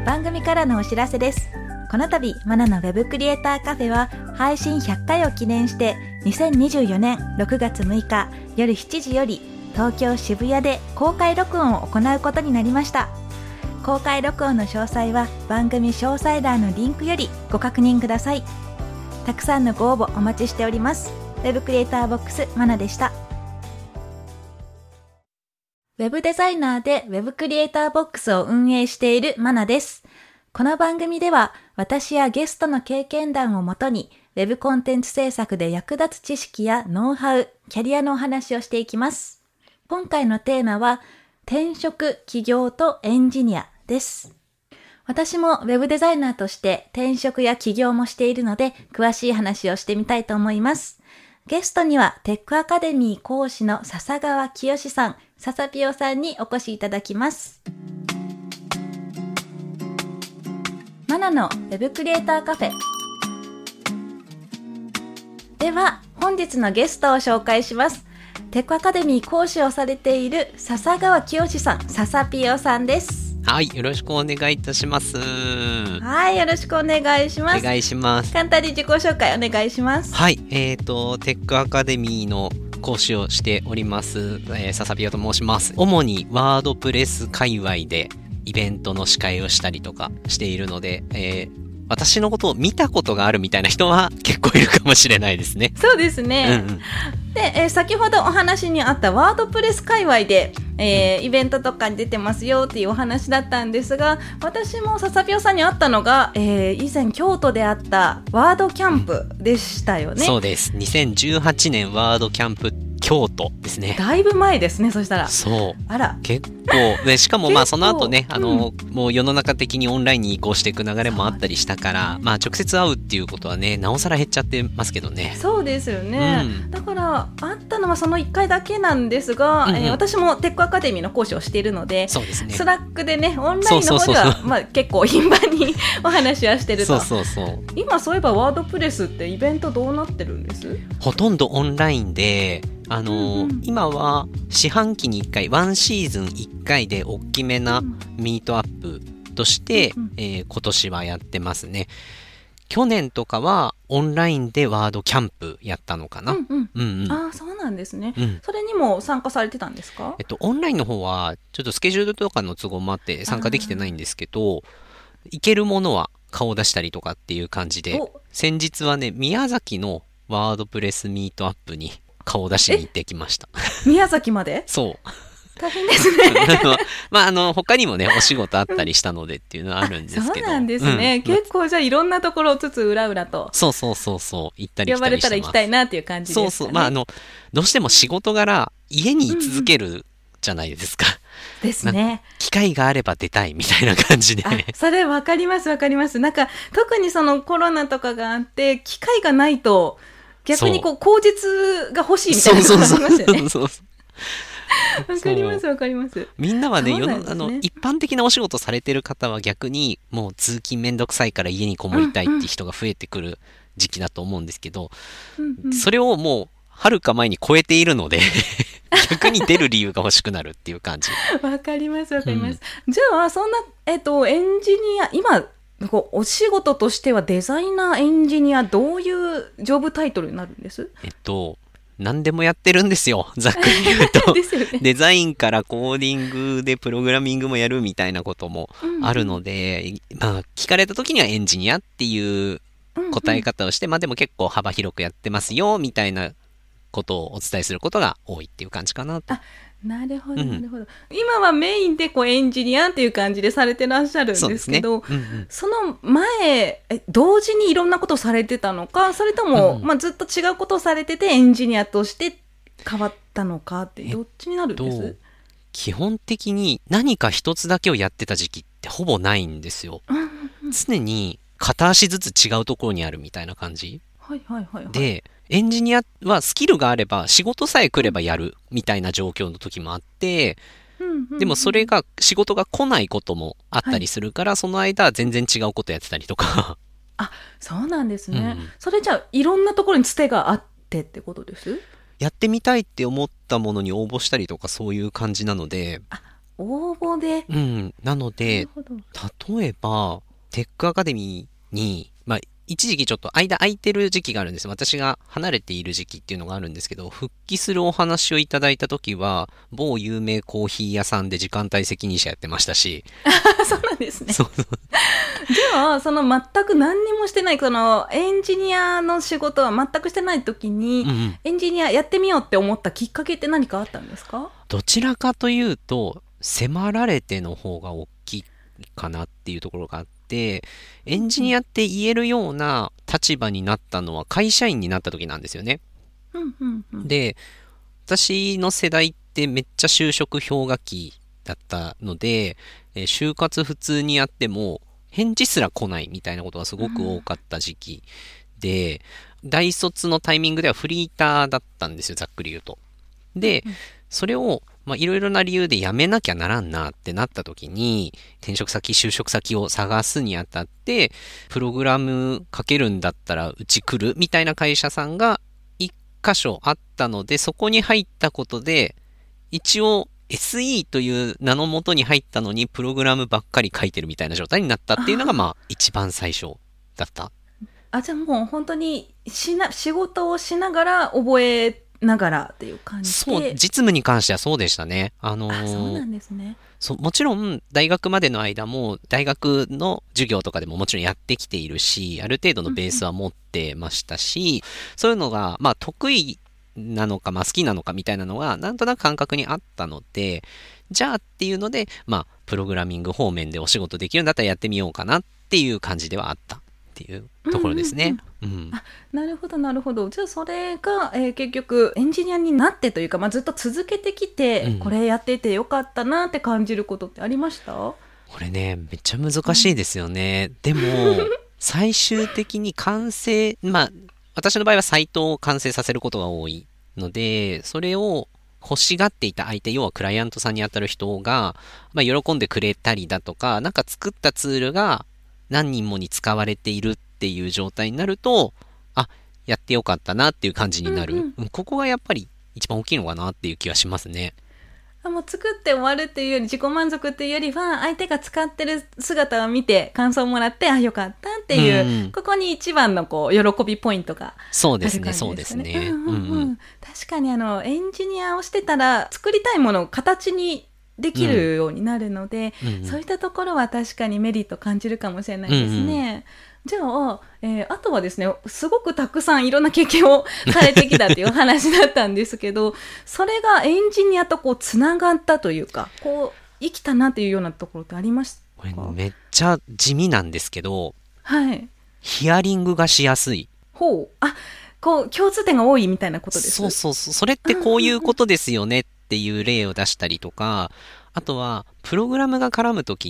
番組からのお知らせです。この度マナのウェブクリエイターカフェは配信100回を記念して2024年6月6日夜7時より東京渋谷で公開録音を行うことになりました。公開録音の詳細は番組詳細欄のリンクよりご確認ください。たくさんのご応募お待ちしております。ウェブクリエイターボックスマナでした。ウェブデザイナーでウェブクリエイターボックスを運営しているマナです。この番組では私やゲストの経験談をもとにウェブコンテンツ制作で役立つ知識やノウハウ、キャリアのお話をしていきます。今回のテーマは転職、起業とエンジニアです。私もウェブデザイナーとして転職や起業もしているので詳しい話をしてみたいと思います。ゲストにはテックアカデミー講師の笹川清さん、笹ピオさんにお越しいただきます。マナのウェブクリエイターカフェでは本日のゲストを紹介します。テックアカデミー講師をされている笹川清さん、笹ピオさんです。 はい、よろしくお願いいたします。 はい、よろしくお願いします。 お願いします。 簡単に自己紹介お願いします。 はい、テックアカデミーの講師をしております、笹ピオと申します。主にワードプレス界隈でイベントの司会をしたりとかしているので、私のことを見たことがあるみたいな人は結構いるかもしれないですね。 そうですね。で、先ほどお話にあったワードプレス界隈で、イベントとかに出てますよっていうお話だったんですが、私も笹ピオさんに会ったのが、以前京都であったワードキャンプでしたよね。 そうです。2018年ワードキャンプ京都ですね。 だいぶ前ですね。そしたらそうあら結構で、しかもまあその後ね、もう世の中的にオンラインに移行していく流れもあったりしたから、まあ直接会うっていうことはね、なおさら減っちゃってますけどね。 そうですよね、だから会ったのはその1回だけなんですが、私もテックアカデミーの講師をしているので、 そうですね、 スラックでね、オンラインの方ではまあ結構頻繁にお話はしてると。今そういえばワードプレスってイベントどうなってるんです？ ほとんどオンラインで、今は四半期に1回、ワンシーズン1回で大きめなミートアップとして、今年はやってますね。去年とかはオンラインでワードキャンプやったのかな。 あ、そうなんですね、それにも参加されてたんですか？ オンラインの方はちょっとスケジュールとかの都合もあって参加できてないんですけど、行けるものは顔出したりとかっていう感じで、先日はね、宮崎のワードプレスミートアップに顔出しに行ってきました。 宮崎まで？ そう大変ですね。 まあ他にもねお仕事あったりしたのでっていうのはあるんですけど。 そうなんですね、結構じゃあいろんなところをつつ裏々とそう行ったり来たりしてます。 呼ばれたら行きたいなっていう感じですかね。 まあどうしても仕事柄家に居続けるじゃないですか。 ですね。 機会があれば出たいみたいな感じで。 それ分かります分かります。なんか特にそのコロナとかがあって機会がないと逆にこう口実が欲しいみたいなのがありますよね。わかりますわかります。 みんなはね、一般的なお仕事されてる方は逆にもう通勤めんどくさいから家にこもりたいって人が増えてくる時期だと思うんですけど、それをもうはるか前に超えているので逆に出る理由が欲しくなるっていう感じ。 わかりますわかります、じゃあそんな、エンジニア今お仕事としてはデザイナーエンジニアどういうジョブタイトルになるんです？ 何でもやってるんですよ、ざっくり言うと。 ですよね、 デザインからコーディングでプログラミングもやるみたいなこともあるので、まあ聞かれた時にはエンジニアっていう答え方をして、まあでも結構幅広くやってますよみたいなことをお伝えすることが多いっていう感じかなと。 なるほどなるほど、今はメインでエンジニアっていう感じでされてらっしゃるんですけど、その前同時にいろんなことをされてたのか、それとも、ずっと違うことをされててエンジニアとして変わったのかってどっちになるんです？ 基本的に何か一つだけをやってた時期ってほぼないんですよ、常に片足ずつ違うところにあるみたいな感じ、でエンジニアはスキルがあれば仕事さえ来ればやるみたいな状況の時もあって、でもそれが仕事が来ないこともあったりするから、その間は全然違うことやってたりとか。 そうなんですね、それじゃあいろんなところにつてがあってってことです？ やってみたいって思ったものに応募したりとかそういう感じなので、 応募で。 うん。なので、例えば、テックアカデミーに、一時期ちょっと間空いてる時期があるんです。私が離れている時期っていうのがあるんですけど、復帰するお話をいただいた時は、某有名コーヒー屋さんで時間帯責任者やってましたし。 そうなんですね。 そうそう。 じゃあ、その全く何にもしてない、そのエンジニアの仕事は全くしてない時に、エンジニアやってみようって思ったきっかけって何かあったんですか？ どちらかというと、迫られての方が大きいかなっていうところがあって、エンジニアって言えるような立場になったのは会社員になった時なんですよね。で、私の世代ってめっちゃ就職氷河期だったので、就活普通にやっても返事すら来ないみたいなことがすごく多かった時期で、大卒のタイミングではフリーターだったんですよ、ざっくり言うと。で、それをいろいろな理由で辞めなきゃならんなってなった時に、転職先、就職先を探すにあたって、プログラム書けるんだったらうち来るみたいな会社さんが一箇所あったので、そこに入ったことで、一応 SE という名のもとに入ったのに、プログラムばっかり書いてるみたいな状態になったっていうのが、一番最初だった。 じゃあもう本当に仕事をしながら覚えながらっていう感じで。 そう、実務に関してはそうでしたね。 そうなんですね。 もちろん大学までの間も大学の授業とかでももちろんやってきているし、ある程度のベースは持ってましたし、そういうのが得意なのか好きなのかみたいなのがなんとなく感覚にあったので、じゃあっていうのでプログラミング方面でお仕事できるんだったらやってみようかなっていう感じではあったっていうところですね。 なるほどなるほど。じゃあそれが、結局エンジニアになってというか、ずっと続けてきて、これやっててよかったなって感じることってありました？ これね、めっちゃ難しいですよね。でも最終的に完成、私の場合はサイトを完成させることが多いので、それを欲しがっていた相手、要はクライアントさんに当たる人が、喜んでくれたりだとか、なんか作ったツールが何人もに使われているっていう状態になると、やってよかったなっていう感じになる。ここがやっぱり一番大きいのかなっていう気はしますね。 もう作って終わるっていうより、自己満足っていうよりは、相手が使ってる姿を見て感想をもらって、よかったっていう、ここに一番の喜びポイントがある感じですね。 そうですね、そうですね。 確かにエンジニアをしてたら、作りたいものを形にできるようになるので、そういったところは確かにメリット感じるかもしれないですね。じゃあ、あとはですね、すごくたくさんいろんな経験をされてきたっていうお話だったんですけど、それがエンジニアとつながったというか、生きたなっていうようなところってありましたか？ これめっちゃ地味なんですけど、ヒアリングがしやすい。 共通点が多いみたいなことです。 そう。それってこういうことですよねっていう例を出したりとか、あとは、プログラムが絡むときって、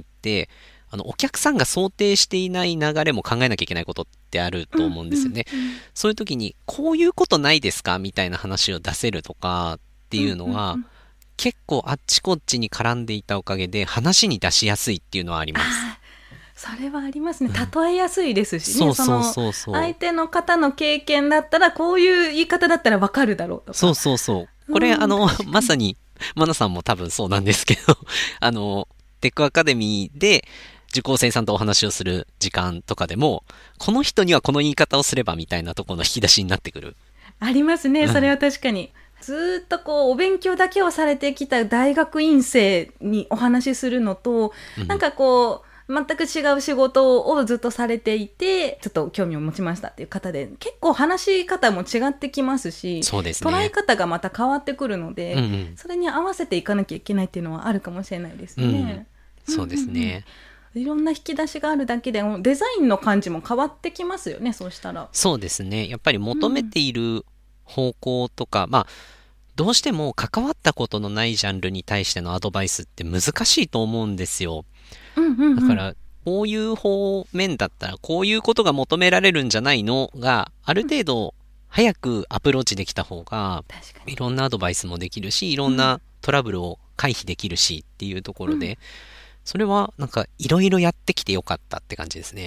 お客さんが想定していない流れも考えなきゃいけないことってあると思うんですよね。そういう時に、こういうことないですかみたいな話を出せるとかっていうのは、結構あっちこっちに絡んでいたおかげで話に出しやすいっていうのはあります。 それはありますね。例えやすいですしね。 相手の方の経験だったら、こういう言い方だったらわかるだろうとか。 これ、まさに、マナさんも多分そうなんですけど、テックアカデミーで、受講生さんとお話をする時間とかでも、この人にはこの言い方をすればみたいなところの引き出しになってくる。 ありますね、それは確かに。ずっとお勉強だけをされてきた大学院生にお話しするのと、なんか全く違う仕事をずっとされていて、ちょっと興味を持ちましたっていう方で、結構話し方も違ってきますし、 そうですね、 捉え方がまた変わってくるので、それに合わせていかなきゃいけないっていうのはあるかもしれないですね。 そうですね。 いろんな引き出しがあるだけでデザインの感じも変わってきますよね。そうしたら。 そうですね。やっぱり求めている方向とか、どうしても関わったことのないジャンルに対してのアドバイスって難しいと思うんですよ。だからこういう方面だったらこういうことが求められるんじゃないのがある程度早くアプローチできた方が、いろんなアドバイスもできるし、いろんなトラブルを回避できるしっていうところで、それはなんかいろいろやってきてよかったって感じですね。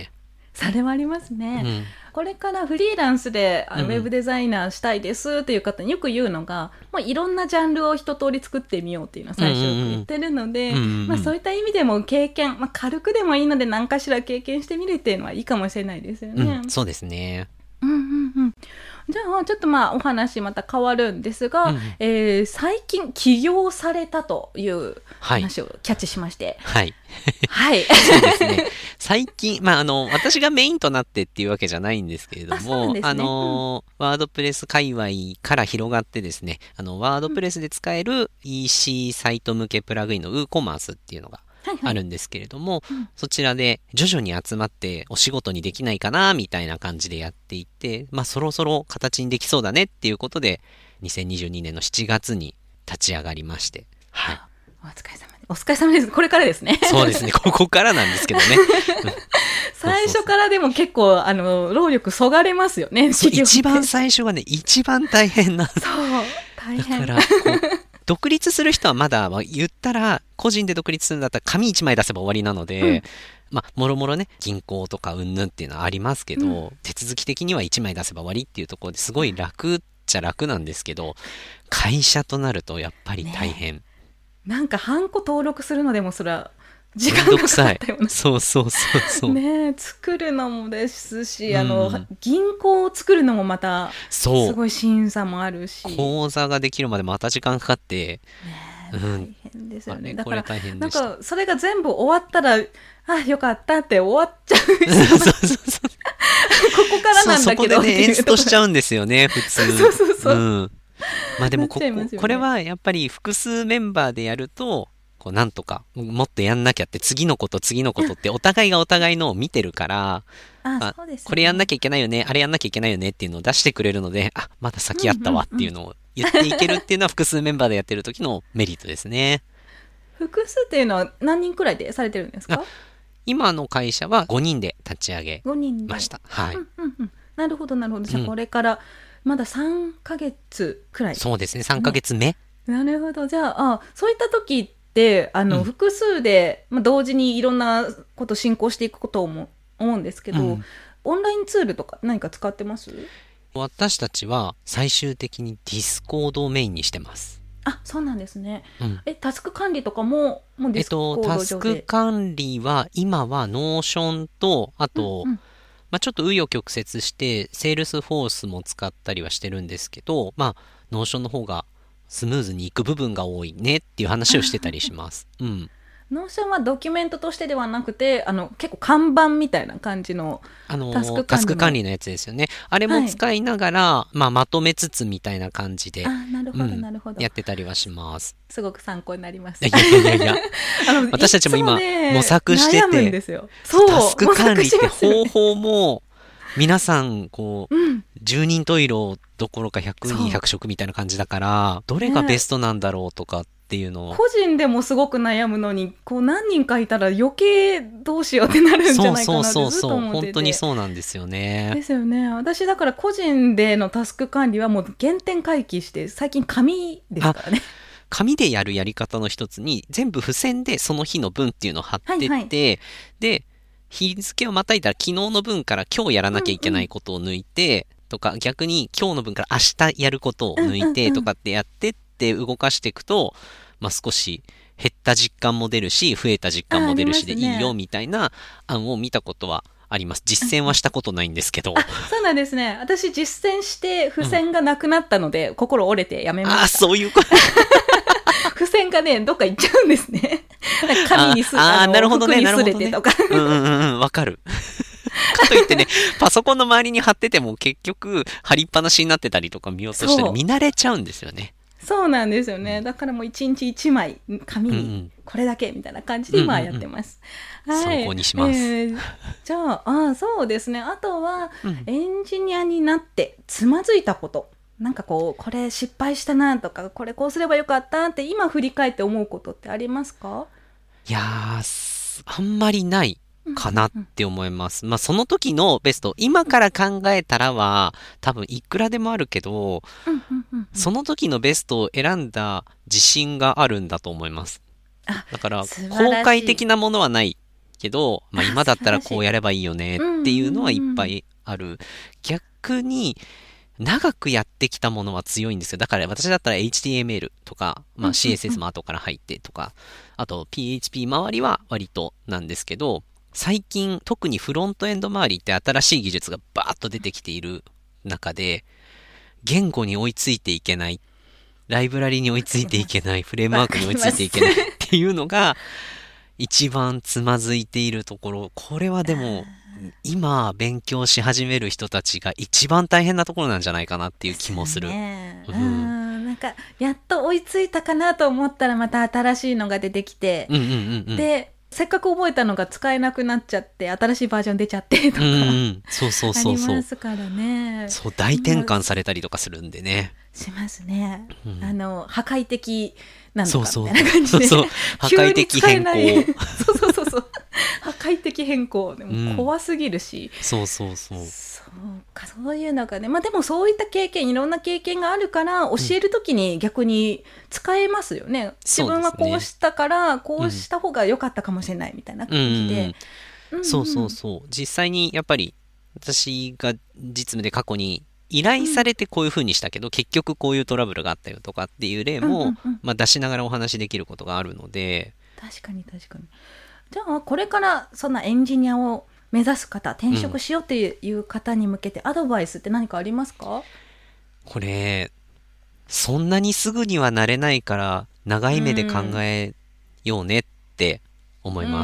それはありますね。これからフリーランスでウェブデザイナーしたいですっていう方によく言うのが、いろんなジャンルを一通り作ってみようっていうのを最初言ってるので、そういった意味でも経験、軽くでもいいので何かしら経験してみるっていうのはいいかもしれないですよね。 そうですね。 じゃあちょっとお話また変わるんですが、最近起業されたという話をキャッチしまして、 はい、 はいそうですね。最近、私がメインとなってっていうわけじゃないんですけれども、ワードプレス界隈から広がってですね、ワードプレスで使える EC サイト向けプラグインの WooCommerce っていうのがあるんですけれども、そちらで徐々に集まってお仕事にできないかなみたいな感じでやっていて、そろそろ形にできそうだねっていうことで2022年の7月に立ち上がりまして、はい、 お疲れ様です。これからですね。 そうですね、ここからなんですけどね。 最初からでも結構労力そがれますよね。 一番最初がね、一番大変なんです。 そう大変だから独立する人はまだ、言ったら個人で独立するんだったら紙1枚出せば終わりなので、もろもろね、銀行とかうんぬんっていうのはありますけど、手続き的には1枚出せば終わりっていうところですごい楽っちゃ楽なんですけど、会社となるとやっぱり大変。 なんかハンコ登録するのでもそれは時間がかかったような。 そうね、作るのもですし、銀行を作るのもまたすごい審査もあるし、 口座ができるまでまた時間かかって、 大変ですよね。だから大変なんかそれが全部終わったらよかったって終わっちゃう。ここからなんだけど、 そこでね、エンストしちゃうんですよね、普通。でもこれはやっぱり複数メンバーでやると、なんとかもっとやんなきゃって、次のことってお互いがお互いのを見てるから、これやんなきゃいけないよね、あれやんなきゃいけないよねっていうのを出してくれるので、まだ先やったわっていうのを言っていけるっていうのは複数メンバーでやってる時のメリットですね。 複数っていうのは何人くらいでされてるんですか？ 今の会社は5人で立ち上げました。はい。 なるほど。じゃあこれからまだ3ヶ月くらい。 そうですね、3ヶ月目。 なるほど。じゃあそういった時って複数で、同時にいろんなこと進行していくことを思うんですけど、オンラインツールとか何か使ってます？ 私たちは最終的にディスコードをメインにしてます。 そうなんですね。タスク管理とかもディスコード上で？ タスク管理は今はノーションと、あと、ちょっと紆余曲折してセールスフォースも使ったりはしてるんですけど、ノーションの方がスムーズにいく部分が多いねっていう話をしてたりします。 ノーションはドキュメントとしてではなくて、結構看板みたいな感じのタスク管理のやつですよね。あれも使いながら、まとめつつみたいな感じでなるほど、 やってたりはします。 すごく参考になります。 いや私たちも今模索してて、タスク管理って方法も皆さん10人十色どころか100人100色みたいな感じだから、どれがベストなんだろうとかっていうのを、 個人でもすごく悩むのに何人かいたら余計どうしようってなるんじゃないかなってずっと思ってて。 本当にそうなんですよね。 ですよね。私だから個人でのタスク管理はもう原点回帰して、最近紙ですからね。 紙でやるやり方の一つに全部付箋でその日の分っていうのを貼ってって、で日付をまたいだら昨日の分から今日やらなきゃいけないことを抜いて、とか逆に今日の分から明日やることを抜いてとかってやってって動かしていくと、少し減った実感も出るし増えた実感も出るしでいいよみたいな案を見たことはあります。実践はしたことないんですけど。 そうなんですね。私実践して付箋がなくなったので、心折れてやめました。 そういうこと。 付箋がねどっか行っちゃうんですね。紙にすなるほどね、 服にすれてとか。 わかる。かといってね、パソコンの周りに貼ってても結局貼りっぱなしになってたりとか見落としたり見慣れちゃうんですよね。 そうなんですよね。だからもう1日1枚紙にこれだけみたいな感じで今やってます。 参考にします。 じゃあ、そうですね。あとは、エンジニアになってつまずいたこと。なんかこれ失敗したなとか、これこうすればよかったって今振り返って思うことってありますか？ いやー、あんまりないかなって思います。その時のベスト、今から考えたらは多分いくらでもあるけど、その時のベストを選んだ自信があるんだと思います。だから公開的なものはないけど、今だったらこうやればいいよねっていうのはいっぱいある。逆に長くやってきたものは強いんですよ。だから私だったら HTML とか、CSS も後から入ってとか、あと PHP 周りは割となんですけど、最近特にフロントエンド周りって新しい技術がバーッと出てきている中で、言語に追いついていけない、ライブラリに追いついていけない、フレームワークに追いついていけないっていうのが一番つまずいているところ。これはでも今勉強し始める人たちが一番大変なところなんじゃないかなっていう気もする。 なんかやっと追いついたかなと思ったらまた新しいのが出てきて、でせっかく覚えたのが使えなくなっちゃって新しいバージョン出ちゃってとか、 そうありますからね。 そう大転換されたりとかするとね。 しますね。破壊的なのかみたいな感じで、 破壊的変更。 そう破壊的変更でも怖すぎるし、そういうのがね、でもそういった経験、いろんな経験があるから教えるときに逆に使えますよね。自分はこうしたからこうした方が良かったかもしれないみたいな感じで、 実際にやっぱり私が実務で過去に依頼されてこういう風にしたけど、結局こういうトラブルがあったよとかっていう例も、出しながらお話できることがあるので。 確かにじゃあこれからそんなエンジニアを目指す方、転職しようっていう方に向けてアドバイスって何かありますか？ これそんなにすぐにはなれないから長い目で考えようねって思います。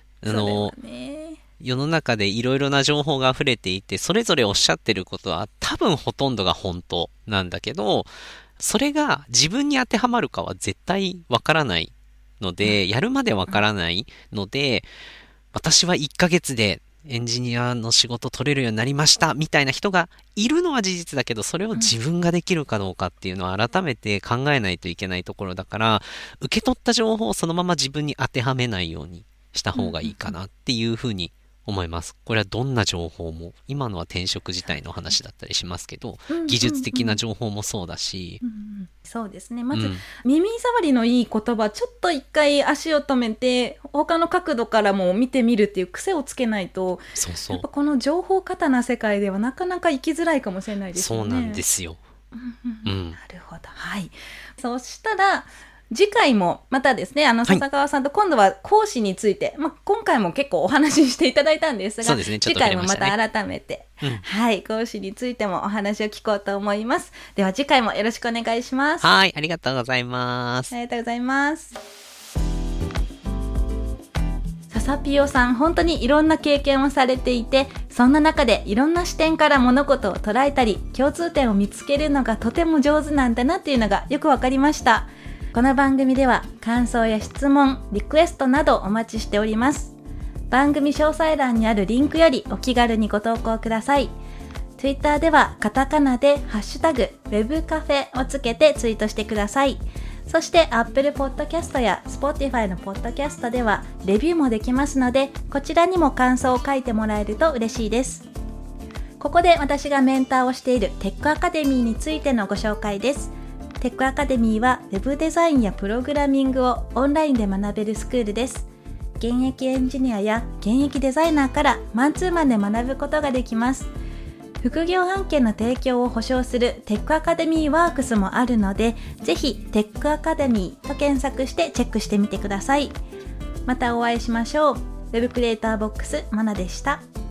世の中でいろいろな情報が溢れていて、それぞれおっしゃってることは多分ほとんどが本当なんだけど、それが自分に当てはまるかは絶対わからないので、やるまでわからないので、私は1ヶ月でエンジニアの仕事取れるようになりましたみたいな人がいるのは事実だけど、それを自分ができるかどうかっていうのは改めて考えないといけないところだから、受け取った情報をそのまま自分に当てはめないようにした方がいいかなっていうふうに思います。これはどんな情報も、今のは転職自体の話だったりしますけど、技術的な情報もそうだし、 そうですね。まず、耳障りのいい言葉、ちょっと一回足を止めて他の角度からも見てみるっていう癖をつけないと、やっぱこの情報過多な世界ではなかなか生きづらいかもしれないですよね。 そうなんですよ。 なるほど。はい。そしたら次回もまたですね、笹川さんと今度は講師について、今回も結構お話ししていただいたんですが、 そうですね、 次回もまた改めて、講師についてもお話を聞こうと思います。では次回もよろしくお願いします。 はい、ありがとうございます。 ありがとうございます。笹ピオさん、本当にいろんな経験をされていて、そんな中でいろんな視点から物事を捉えたり、共通点を見つけるのがとても上手なんだなっていうのがよくわかりました。この番組では感想や質問、リクエストなどお待ちしております。番組詳細欄にあるリンクよりお気軽にご投稿ください。Twitter ではカタカナでハッシュタグ Web カフェをつけてツイートしてください。そして Apple Podcast や Spotify のポッドキャストではレビューもできますので、こちらにも感想を書いてもらえると嬉しいです。ここで私がメンターをしているテックアカデミーについてのご紹介です。テックアカデミーは Web デザインやプログラミングをオンラインで学べるスクールです。現役エンジニアや現役デザイナーからマンツーマンで学ぶことができます。副業案件の提供を保証するテックアカデミーワークスもあるので、ぜひテックアカデミーと検索してチェックしてみてください。またお会いしましょう。Web クリエイターボックスマナでした。